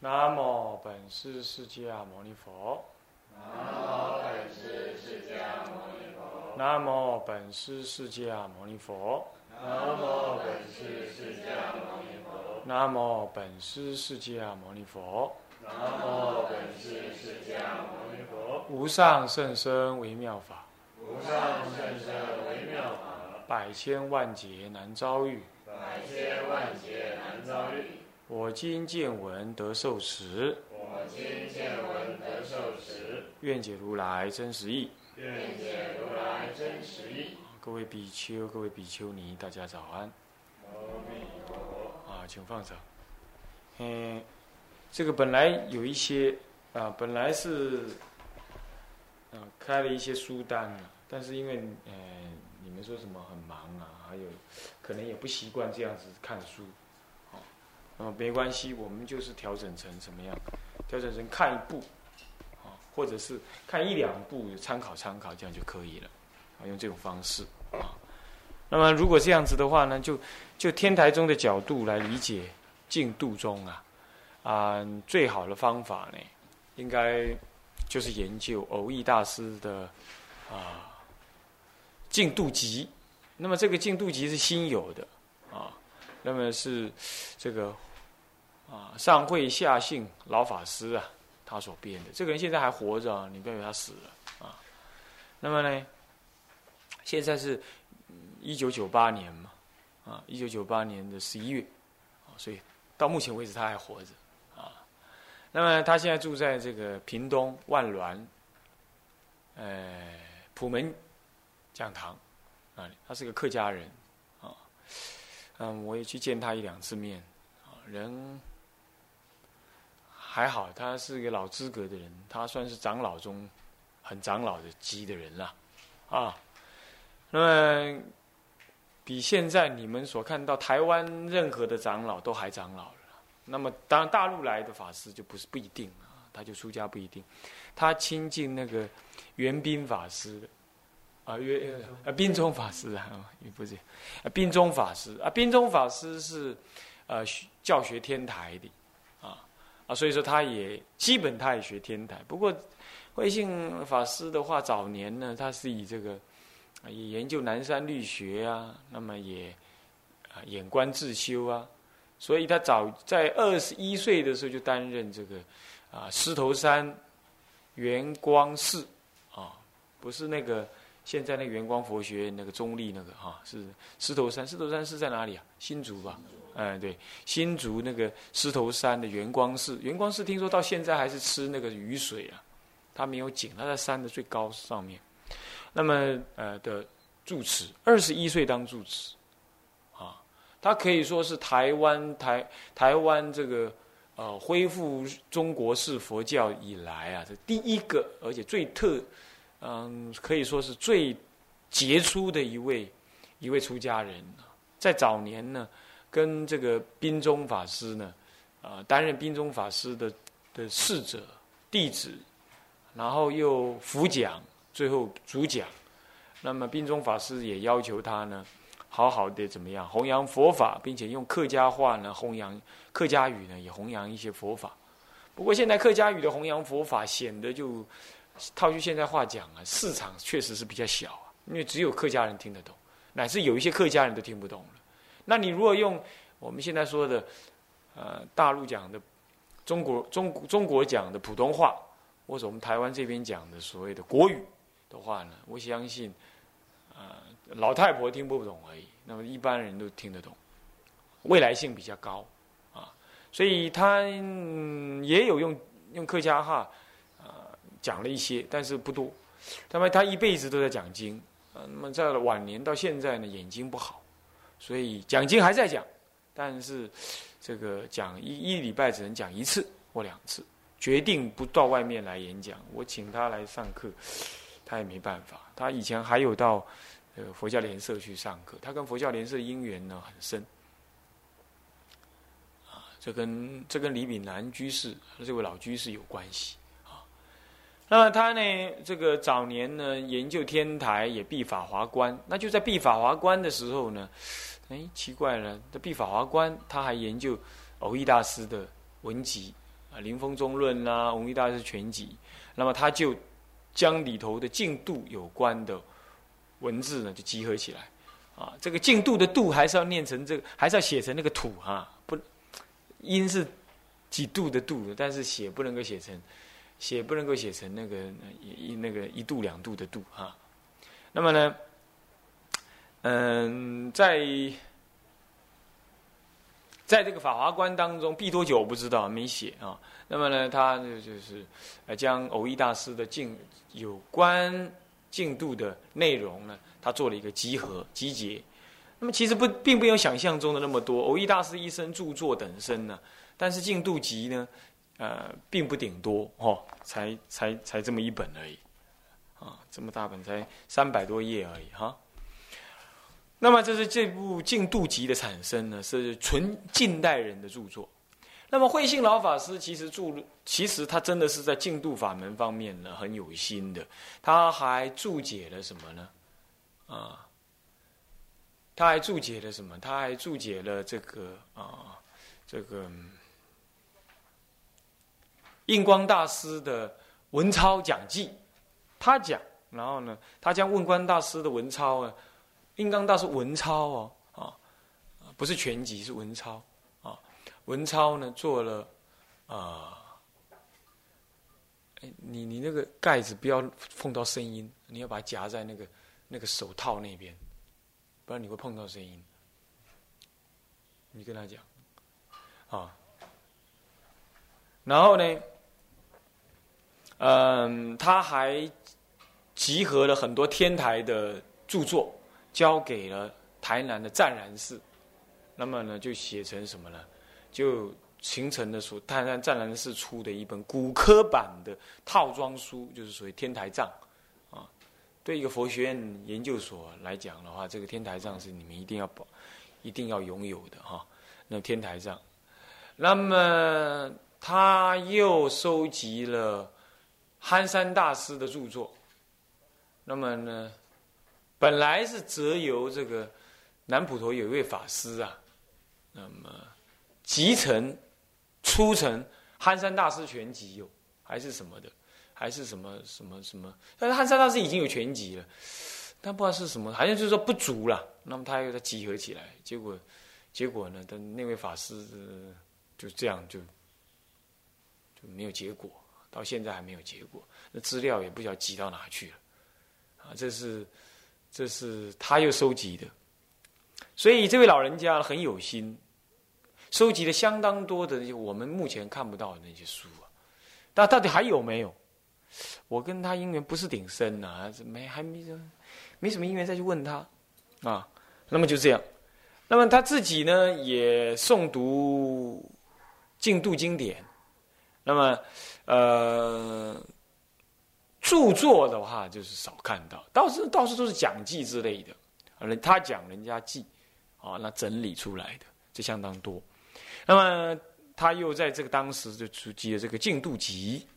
南无本师释迦牟尼佛。 南无本师释迦牟尼佛。 南无本师释迦牟尼佛。 南无本师释迦牟尼佛。 南无本师释迦牟尼佛。 南无本师释迦牟尼佛。 无上甚深微妙法， 无上甚深微妙法， 百千万劫难遭遇。 百千万劫难遭遇。 我今见闻得受持， 我今见闻得受持， 愿解如来真实义。 愿解如来真实义。 各位比丘、各位比丘尼，大家早安。 阿弥陀佛。 请放手。这个本来有一些本来是开了一些书单但是因为你们说什么很忙还有可能也不习惯这样子看书，没关系，我们就是调整成什么样？调整成看一部，或者是看一两部参考参考，这样就可以了。用这种方式那么如果这样子的话呢，就天台宗的角度来理解净土宗最好的方法呢，应该就是研究蕅益大师的净土集。那么这个净土集是新有的那么是这个上慧下信老法师他所编的。这个人现在还活着你不要以为他死了那么呢，现在是1998年嘛1998年的11月所以到目前为止他还活着那么他现在住在这个屏东万峦普门讲堂他是个客家人我也去见他一两次面人还好，他是个老资格的人，他算是长老中很长老的级的人了那么比现在你们所看到台湾任何的长老都还长老了。那么当然大陆来的法师就不一定他就出家不一定。他亲近那个圆彬法师的宾中法师不是宾中法师宾中法师是教学天台的所以说他也基本他也学天台。不过慧信法师的话，早年呢他是以这个也研究南山律学那么也眼观自修所以他早在21岁的时候就担任这个狮头山圆光寺不是那个现在那个圆光佛学院那个中立那个是狮头山。狮头山是在哪里新竹吧对，新竹那个狮头山的圆光寺。圆光寺听说到现在还是吃那个雨水它没有井，它在山的最高上面。那么的住持21岁当住持他可以说是台湾这个恢复中国式佛教以来这第一个，而且最可以说是最杰出的一位出家人在早年呢，跟这个宾中法师呢担任宾中法师的侍者弟子，然后又辅讲，最后主讲。那么宾中法师也要求他呢好好的怎么样弘扬佛法，并且用客家话呢弘扬客家语呢也弘扬一些佛法。不过现在客家语的弘扬佛法显得就套句现在话讲市场确实是比较小因为只有客家人听得懂，乃至有一些客家人都听不懂了。那你如果用我们现在说的大陆讲的中国讲的普通话，或者我们台湾这边讲的所谓的国语的话呢，我相信老太婆听不懂而已，那么一般人都听得懂，未来性比较高所以他也有用客家话讲了一些，但是不多。他一辈子都在讲经那么在晚年到现在呢，眼睛不好，所以讲经还在讲，但是这个讲一礼拜只能讲1次或2次，决定不到外面来演讲。我请他来上课，他也没办法。他以前还有到佛教联社去上课，他跟佛教联社因缘呢很深这跟李炳南居士这位老居士有关系那么他呢这个早年呢研究天台，也闭法华观。那就在闭法华观的时候呢奇怪了，在闭法华观他还研究蕅益大师的文集临风中论》啦，《弘一大师全集》，那么他就将里头的净度有关的文字呢，就集合起来。这个净度的度还是要念成这个，还是要写成那个土不，音是几度的度，但是写不能够写成那个一度两度的度那么呢，在这个法华观当中，闭多久我不知道，没写那么呢，他就是将藕益大师的有关净度的内容呢，他做了一个集结。那么其实并没有想象中的那么多。藕益大师一生著作等身呢，但是净度集呢，并不顶多才这么一本而已这么大本才300多页而已那么这部净度集的产生呢，是纯近代人的著作。那么慧信老法师其实他真的是在净度法门方面呢很有心的。他还注解了什么呢？他还注解了什么？他还注解了这个印光大师的文钞讲记，他讲，然后呢，他将印光大师的文钞印光大师文钞不是全集，是文钞文钞呢做了你那个盖子不要碰到声音，你要把它夹在那个手套那边，不然你会碰到声音。你跟他讲然后呢，他还集合了很多天台的著作，交给了台南的湛然寺。那么呢，就写成什么呢？就形成了台南湛然寺出的一本古科版的套装书，就是属于天台藏对一个佛学院研究所来讲的话，这个天台藏是你们一定要拥有的那天台藏，那么他又收集了憨山大师的著作。那么呢，本来是则由这个南普陀有一位法师那么出成憨山大师全集还是什么的，还是什么，但是憨山大师已经有全集了，但不知道是什么，好像就是说不足了。那么他又再集合起来，结果呢，但那位法师就这样就没有结果，到现在还没有结果。那资料也不晓得集到哪去了这是他又收集的，所以这位老人家很有心，收集了相当多的我们目前看不到的那些书但到底还有没有？我跟他因缘不是挺深还没什么因缘再去问他那么就这样。那么他自己呢也诵读净度经典。那么著作的话就是少看到，倒是都是讲记之类的，他讲人家记那整理出来的就相当多。那么他又在这个当时就出集了这个净度集，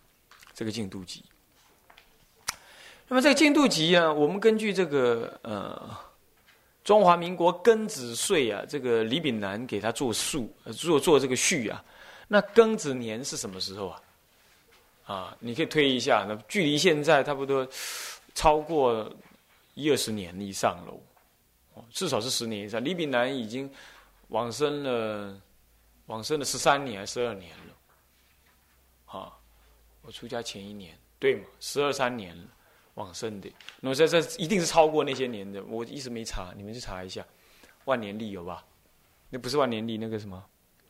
那么这个净度集我们根据这个中华民国庚子岁这个李炳南给他做这个序那庚子年是什么时候你可以推一下，那距离现在差不多超过20年以上了至少是10年以上。李炳南已经往生了13年还是12年了我出家前1年，对嘛，12、13年了往生的。那么这一定是超过那些年的，我一直没查，你们去查一下。万年历有吧？那不是万年历，那个什么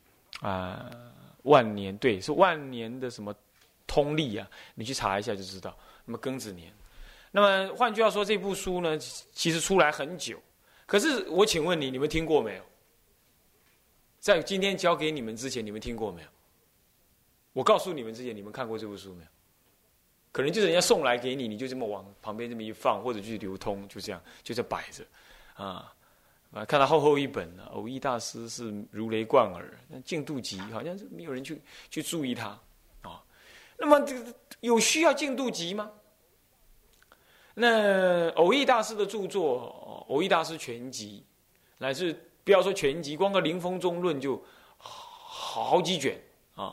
万年，对，是万年的什么通历你去查一下就知道。那么庚子年，那么换句话说，这部书呢其实出来很久，可是我请问你们听过没有？在今天教给你们之前，你们听过没有？我告诉你们之前，你们看过这部书没有？可能就是人家送来给你，你就这么往旁边这么一放，或者去流通，就这样就这摆着看到厚一本藕益大师是如雷贯耳，那净度集好像是没有人去注意它那么这个有需要净度集吗？那藕益大师的著作藕益大师全集，乃至不要说全集，光个临风中论就好几卷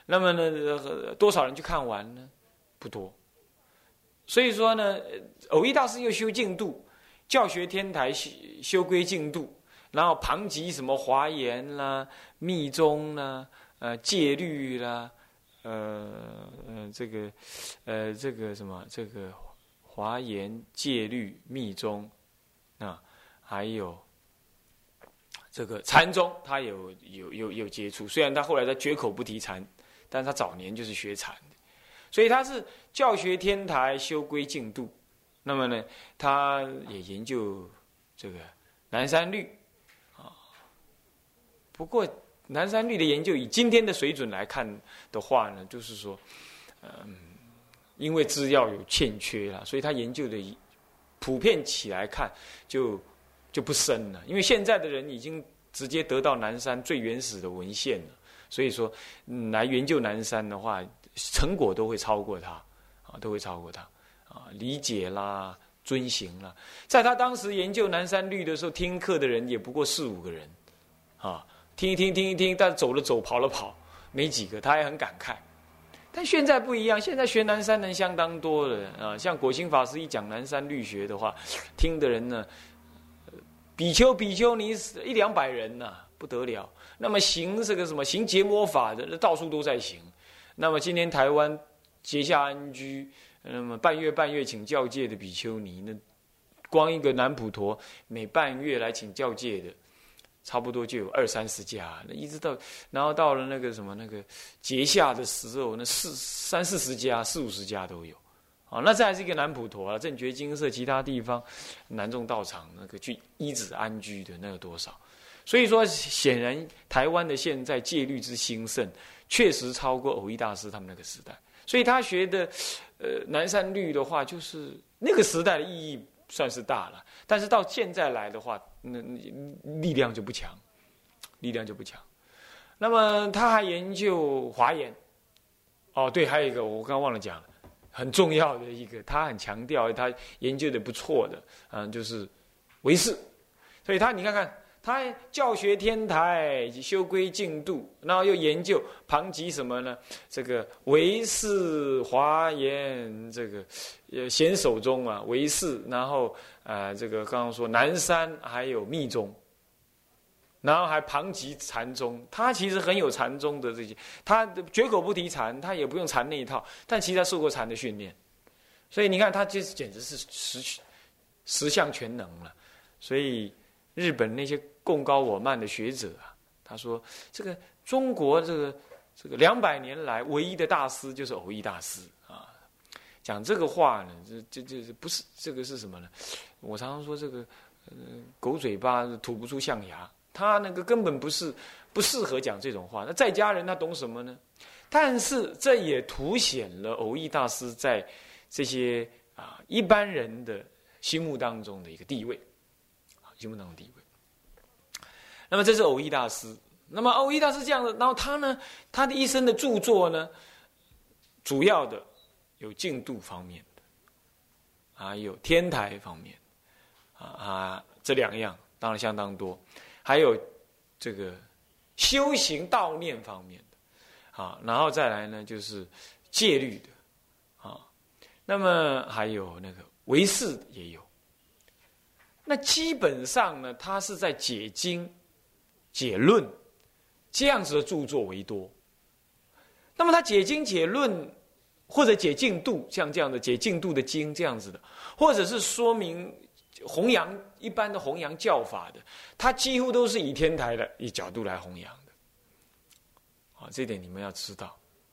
那么呢，多少人去看完呢？不多。所以说呢，偶益大师又修净土，教学天台修归净土，然后旁及什么华严啦、密宗啦、戒律啦，这个什么这个华严、戒律、密宗啊，还有这个禅宗，他有接触。虽然他后来他绝口不提禅，但他早年就是学禅的，所以他是教学天台，修归净土。那么呢，他也研究这个南山律啊。不过南山律的研究以今天的水准来看的话呢，就是说，因为资料有欠缺啦，所以他研究的普遍起来看就不深了。因为现在的人已经直接得到南山最原始的文献了，所以说，来研究南山的话，成果都会超过他啊，都会超过他啊，理解啦、遵行啦。在他当时研究南山律的时候，听课的人也不过4、5个人啊，听一听，但走了走，跑了跑，没几个，他还很感慨。但现在不一样，现在学南山人相当多了啊。像果心法师一讲南山律学的话，听的人呢，比丘尼100-200人呐，不得了。那么行这个什么行结魔法的，到处都在行。那么今天台湾结下安居，那么半月请教戒的比丘尼，那光一个南普陀每半月来请教戒的，差不多就有20-30家，那一直到，然后到了那个什么那个节下的时候，那30-40家、40-50家都有。啊，那这还是一个南普陀啊，正觉精舍其他地方南众道场那个去依止安居的那有多少？所以说，显然台湾的现在戒律之兴盛，确实超过偶益大师他们那个时代。所以他学的南山律的话，就是那个时代的意义算是大了，但是到现在来的话，那力量就不强，力量就不强。那么他还研究华严，哦，对，还有一个我刚刚忘了讲了，很重要的一个，他很强调他研究的不错的，就是唯识。所以你看看。他教学天台，修归净土，然后又研究旁及什么呢？这个唯识、华严，这个显首宗啊，唯识，然后这个刚刚说南山还有密宗，然后还旁及禅宗。他其实很有禅宗的这些，他绝口不提禅，他也不用禅那一套，但其实他受过禅的训练，所以你看他这简直是十项全能了。所以日本那些贡高我慢的学者啊，他说这个中国这个200年来唯一的大师就是偶益大师啊。讲这个话呢，这不是这个是什么呢？我常常说这个狗嘴巴吐不出象牙，他那个根本不适合讲这种话。那在家人他懂什么呢？但是这也凸显了偶益大师在这些一般人的心目当中的一个地位，心目当中的地位。那么这是偶益大师。那么偶益大师这样的，然后他呢，他的一生的著作呢，主要的有净土方面的，还有天台方面，这2样当然相当多，还有这个修行道念方面的，然后再来呢就是戒律的，那么还有那个唯识也有。那基本上呢，他是在解经、解论这样子的著作为多。那么他解经解论或者解净土，像这样的解净土的经这样子的，或者是说明弘扬一般的弘扬教法的，他几乎都是以天台的角度来弘扬的。这点你们要知道，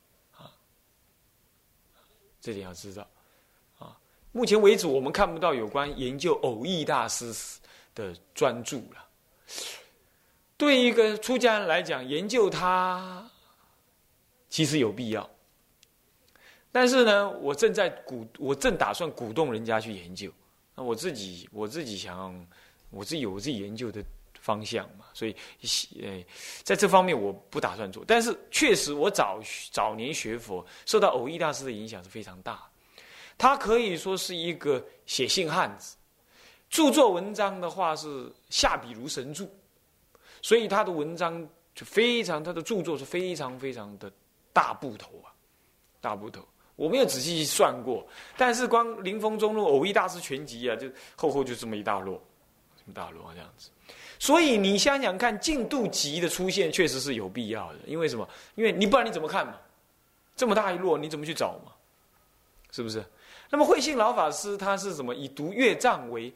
这点要知道。目前为止，我们看不到有关研究偶益大师的专著了。对一个出家人来讲，研究他其实有必要，但是呢，我正打算鼓动人家去研究。那我自己想，我自己有我自己研究的方向嘛，所以在这方面我不打算做。但是确实，我早年学佛受到偶益大师的影响是非常大。他可以说是一个写信汉子，著作文章的话是下笔如神助，所以他的文章就非常，他的著作是非常非常的大部头啊，大部头。我没有仔细算过，但是光临风中路偶益大师全集啊，就厚就这么一大摞，这么大摞这样子。所以你想想看，净度集的出现确实是有必要的。因为什么？因为你不然你怎么看嘛？这么大一摞，你怎么去找嘛？是不是？那么慧信老法师他是什么？以读乐藏为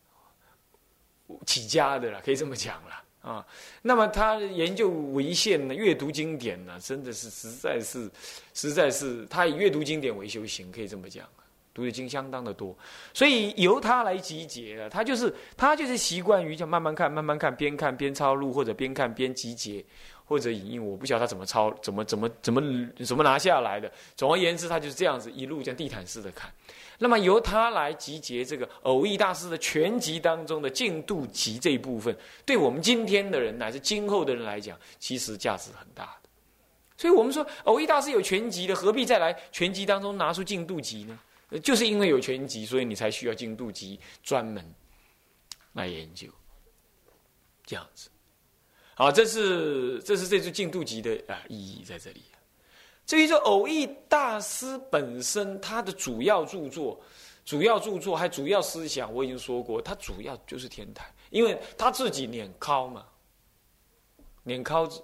起家的啦，可以这么讲啦。啊，那么他研究为宪呢，阅读经典呢，真的是实在是，他以阅读经典为修行，可以这么讲，读的经相当的多，所以由他来集结了，他就是习惯于叫慢慢看，边看边抄录，或者边看边集结，或者引用，我不晓得他怎么抄，怎么拿下来的。总而言之，他就是这样子一路这样地毯式的看。那么由他来集结这个偶益大师的全集当中的净度集这一部分，对我们今天的人乃至今后的人来讲，其实价值很大的。所以我们说偶益大师有全集的，何必再来全集当中拿出净度集呢？就是因为有全集，所以你才需要净度集专门来研究，这样子。好，这是这支净度集的意义在这里。至于说偶益大师本身，他的主要著作还主要思想，我已经说过，他主要就是天台，因为他自己捻尻嘛，捻尻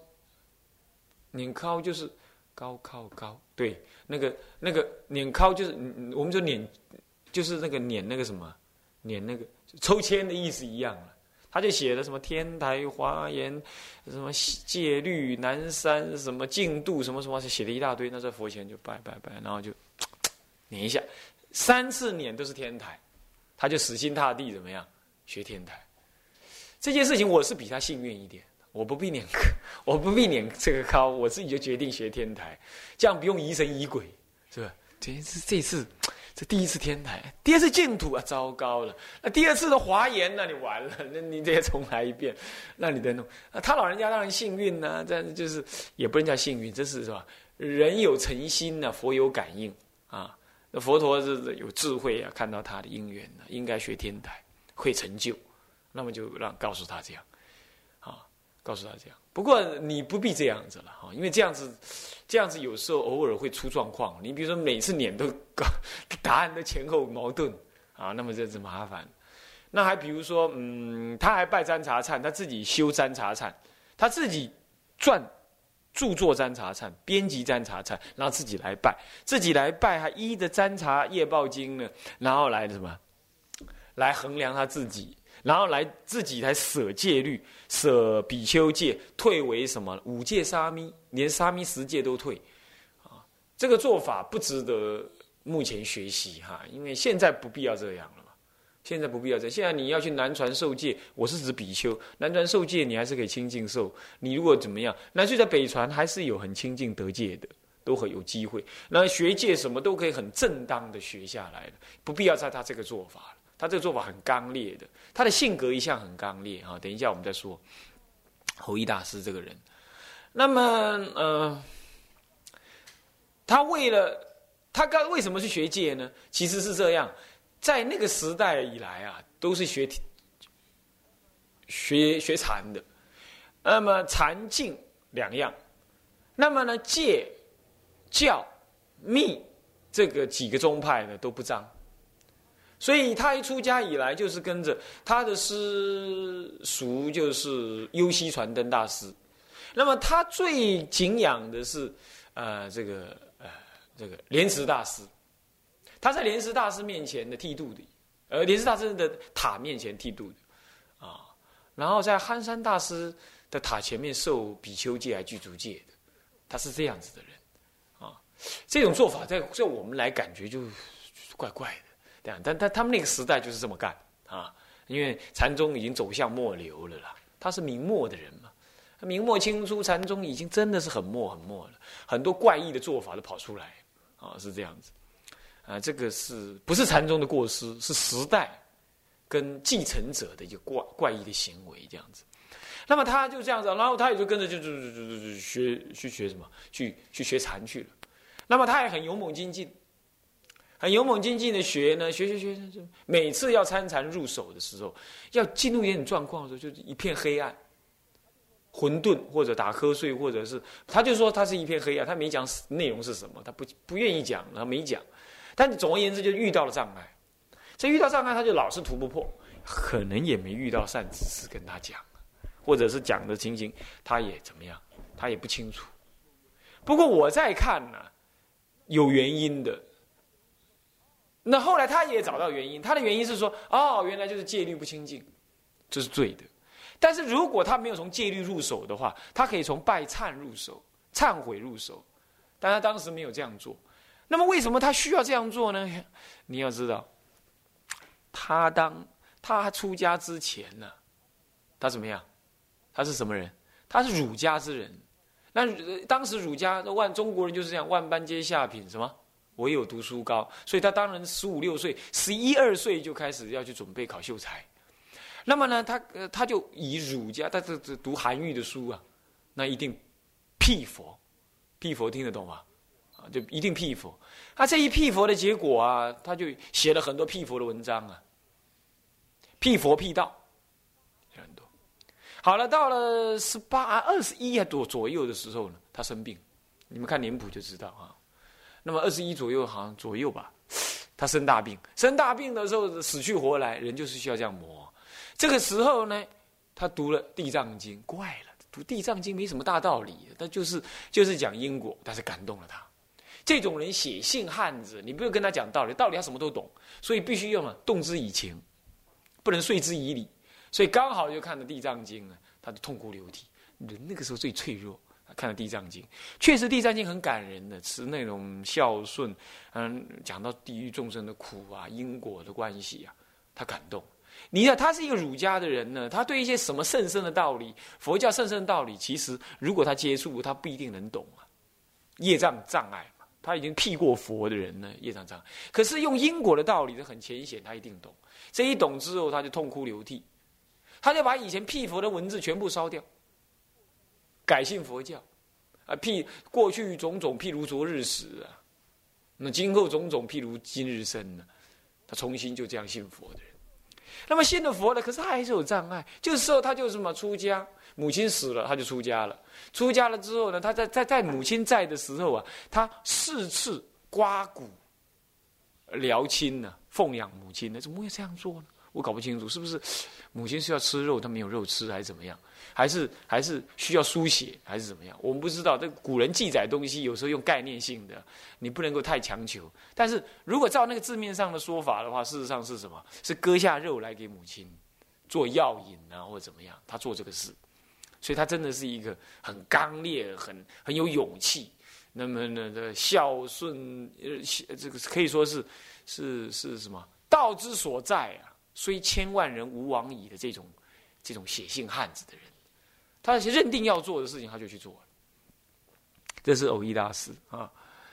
就是高靠高，对，那个捻尻就是我们就捻，就是那个捻那个什么，捻那个抽签的意思一样了。他就写了什么天台华严，什么戒律南山，什么净度，什么写了一大堆。那在佛前就拜，然后就捻一下，3次捻都是天台，他就死心塌地怎么样学天台。这件事情我是比他幸运一点，我不必捻这个尻，我自己就决定学天台，这样不用疑神疑鬼，是吧？这次。这第一次天台，第二次净土啊，糟糕了！那第二次的华严，那你完了，那你得重来一遍，那你得弄。他老人家当然幸运呢、啊，但是就是也不能叫幸运，这是吧？人有诚心呢、啊，佛有感应啊。那佛陀是有智慧啊，看到他的因缘呢、啊，应该学天台会成就，那么就告诉他这样，啊，告诉他这样。不过你不必这样子了哈，因为这样子有时候偶尔会出状况。你比如说每次撵都答案都前后矛盾啊，那么这是麻烦。那还比如说，他还拜占茶忏，他自己修占茶忏，他自己著作占茶忏，编辑占茶忏，然后自己来拜，还依着占茶业报经呢，然后来什么，来衡量他自己。然后自己来舍戒律，舍比丘戒，退为什么5戒沙弥，连沙弥10戒都退，啊，这个做法不值得目前学习哈，因为现在不必要这样了嘛，现在不必要这样。现在你要去南传受戒，我是指比丘，南传受戒你还是可以清净受，你如果怎么样，那就在北传还是有很清净得戒的，都很有机会。那学戒什么都可以很正当的学下来的，不必要在他这个做法了。他这个做法很刚烈的，他的性格一向很刚烈啊。等一下我们再说弘一大师这个人。那么他为什么去学戒呢？其实是这样，在那个时代以来啊，都是学禅的。那么禅净2样，那么呢戒、教、密这个几个宗派呢都不彰。所以他一出家以来，就是跟着他的师叔，就是优西传灯大师。那么他最敬仰的是这个莲池大师。他在莲池大师面前的剃度的，莲池大师的塔面前剃度的啊。然后在憨山大师的塔前面受比丘戒还具足戒的，他是这样子的人啊。这种做法在我们来感觉就怪怪的。但他们那个时代就是这么干啊，因为禅宗已经走向末流了啦。他是明末的人嘛，明末清初禅宗已经真的是很末了，很多怪异的做法都跑出来啊，是这样子啊。这个是不是禅宗的过失？是时代跟继承者的一个怪异的行为这样子。那么他就这样子，然后他也就跟着就学什么，去学禅去了。那么他也很勇猛精进。很勇猛精进的学呢，学，每次要参禅入手的时候，要进入一点状况的时候，就是一片黑暗， 混沌或者打瞌睡，或者是他就说他是一片黑暗，他没讲内容是什么，他不愿意讲，他没讲。但总而言之，就遇到了障碍。这遇到障碍，他就老是突不破，可能也没遇到善知识跟他讲，或者是讲的情形，他也怎么样，他也不清楚。不过我再看呢，有原因的。那后来他也找到原因，他的原因是说，哦，原来就是戒律不清净，这是对的。但是如果他没有从戒律入手的话，他可以从拜忏入手，忏悔入手，但他当时没有这样做。那么为什么他需要这样做呢？你要知道，他出家之前呢，他怎么样？他是什么人？他是儒家之人。那当时儒家中国人就是这样，万般皆下品，什么？唯有读书高，所以他当然15、16岁、11、12岁就开始要去准备考秀才。那么呢，他就以儒家，他读韩愈的书啊，那一定辟佛，辟佛听得懂吗？啊，就一定辟佛。他这一辟佛的结果啊，他就写了很多辟佛的文章啊，辟佛辟道，很多。好了，到了21左右的时候呢，他生病，你们看年谱就知道啊。那么21左右，好像左右吧，他生大病。生大病的时候，死去活来，人就是需要这样磨。这个时候呢，他读了《地藏经》，怪了，读《地藏经》没什么大道理，他就是讲因果，但是感动了他。这种人写信汉子，你不用跟他讲道理，道理他什么都懂，所以必须用动之以情，不能说之以理。所以刚好就看了《地藏经》呢，他就痛哭流涕。人那个时候最脆弱。看了《地藏经》，确实《地藏经》很感人的，是那种孝顺，讲到地狱众生的苦啊、因果的关系啊，他感动。你看，他是一个儒家的人呢，他对一些什么甚深的道理，佛教甚深的道理，其实如果他接触，他不一定能懂啊。业障障碍嘛，他已经辟过佛的人呢，业障障碍。可是用因果的道理，很浅显，他一定懂。这一懂之后，他就痛哭流涕，他就把以前辟佛的文字全部烧掉。改信佛教，过去种种譬如昨日死啊，那今后种种譬如今日生呢，他重新就这样信佛的人。那么信了佛了，可是他还是有障碍，就是说他就什么出家，母亲死了他就出家了，出家了之后呢，他在母亲在的时候啊，他4次刮骨疗亲呢，奉养母亲呢，怎么会这样做呢？我搞不清楚，是不是母亲是要吃肉，他没有肉吃，还是怎么样？还是需要输血，还是怎么样？我们不知道。这古人记载东西有时候用概念性的，你不能够太强求。但是如果照那个字面上的说法的话，事实上是什么？是割下肉来给母亲做药饮啊，或者怎么样？他做这个事，所以他真的是一个很刚烈、很有勇气。那么呢，孝顺，这个可以说是什么？道之所在啊！虽千万人吾往矣的这种写信汉子的人，他认定要做的事情，他就去做了。这是藕益大师啊。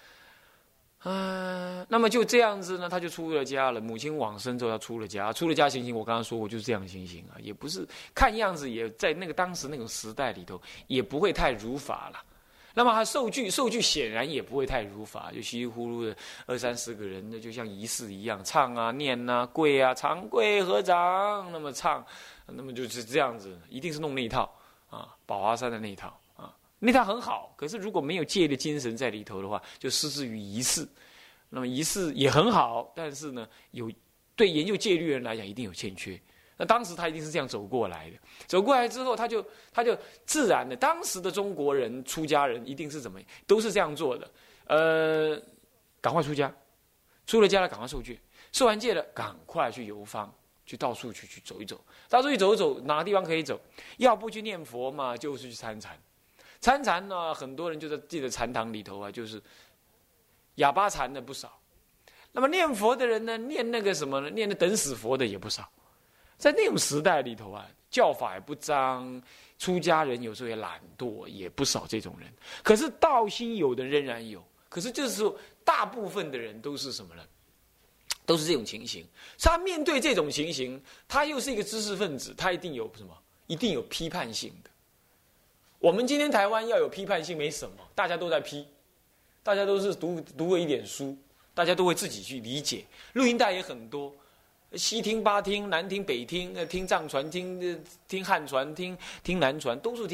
那么就这样子呢，他就出了家了。母亲往生之后，他出了家。出了家情形，我刚刚说过，就是这样的情形啊，也不是看样子，也在那个当时那种时代里头，也不会太如法了。那么他受具显然也不会太如法，就稀里糊涂的20、30个人，那就像仪式一样，唱啊、念啊、跪啊、长跪合掌，那么唱，那么就是这样子，一定是弄那一套啊，宝华山的那一套啊，那套很好。可是如果没有戒的精神在里头的话，就失之于仪式。那么仪式也很好，但是呢，对研究戒律人来讲，一定有欠缺。那当时他一定是这样走过来的，走过来之后，他就自然的，当时的中国人出家人一定是怎么，都是这样做的。赶快出家，出了家了赶快受戒，受完戒了赶快去游方，去到处去走一走，到处去走一走，哪个地方可以走？要不去念佛嘛，就是去参禅。参禅呢，很多人就在自己的禅堂里头啊，就是哑巴禅的不少。那么念佛的人呢，念那个什么呢？念的等死佛的也不少。在那种时代里头啊，教法也不彰，出家人有时候也懒惰，也不少这种人。可是道心有的仍然有，可是就是说，大部分的人都是什么呢？都是这种情形。他面对这种情形，他又是一个知识分子，他一定有什么？一定有批判性的。我们今天台湾要有批判性没什么，大家都在批，大家都是读过一点书，大家都会自己去理解。录音带也很多。西听八听南听北听，听藏传听汉传听南传都是听，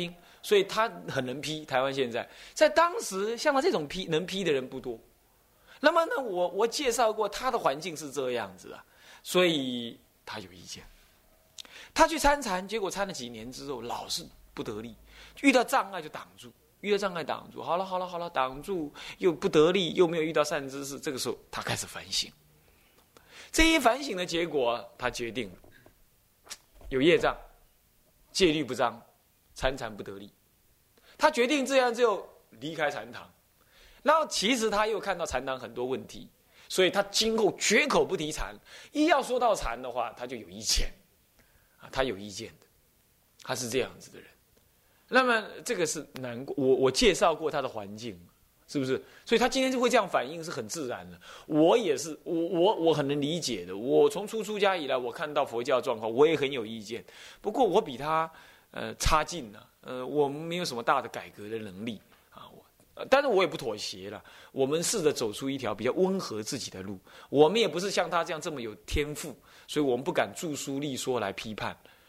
所以他很能批。台湾现在在当时像他这种能批的人不多。那么呢，我介绍过他的环境是这样子啊，所以他有意见。他去参禅，结果参了几年之后，老是不得力，遇到障碍就挡住，遇到障碍挡住，好了，挡住又不得力，又没有遇到善知识。这个时候他开始反省，这一反省的结果，他决定了有业障，戒律不彰，参禅不得力。他决定这样就离开禅堂。然后其实他又看到禅堂很多问题，所以他今后绝口不提禅。一要说到禅的话，他就有意见，他有意见的，他是这样子的人。那么这个是难过，我介绍过他的环境，是不是？所以他今天就会这样反应是很自然的。我也是，我很能理解的。我从出家以来，我看到佛教状况，我也很有意见。不过我比他差劲了，我们没有什么大的改革的能力。但是我也不妥协了，我们试着走出一条比较温和自己的路。我们也不是像他这样这么有天赋，所以我们不敢著书立说来批判。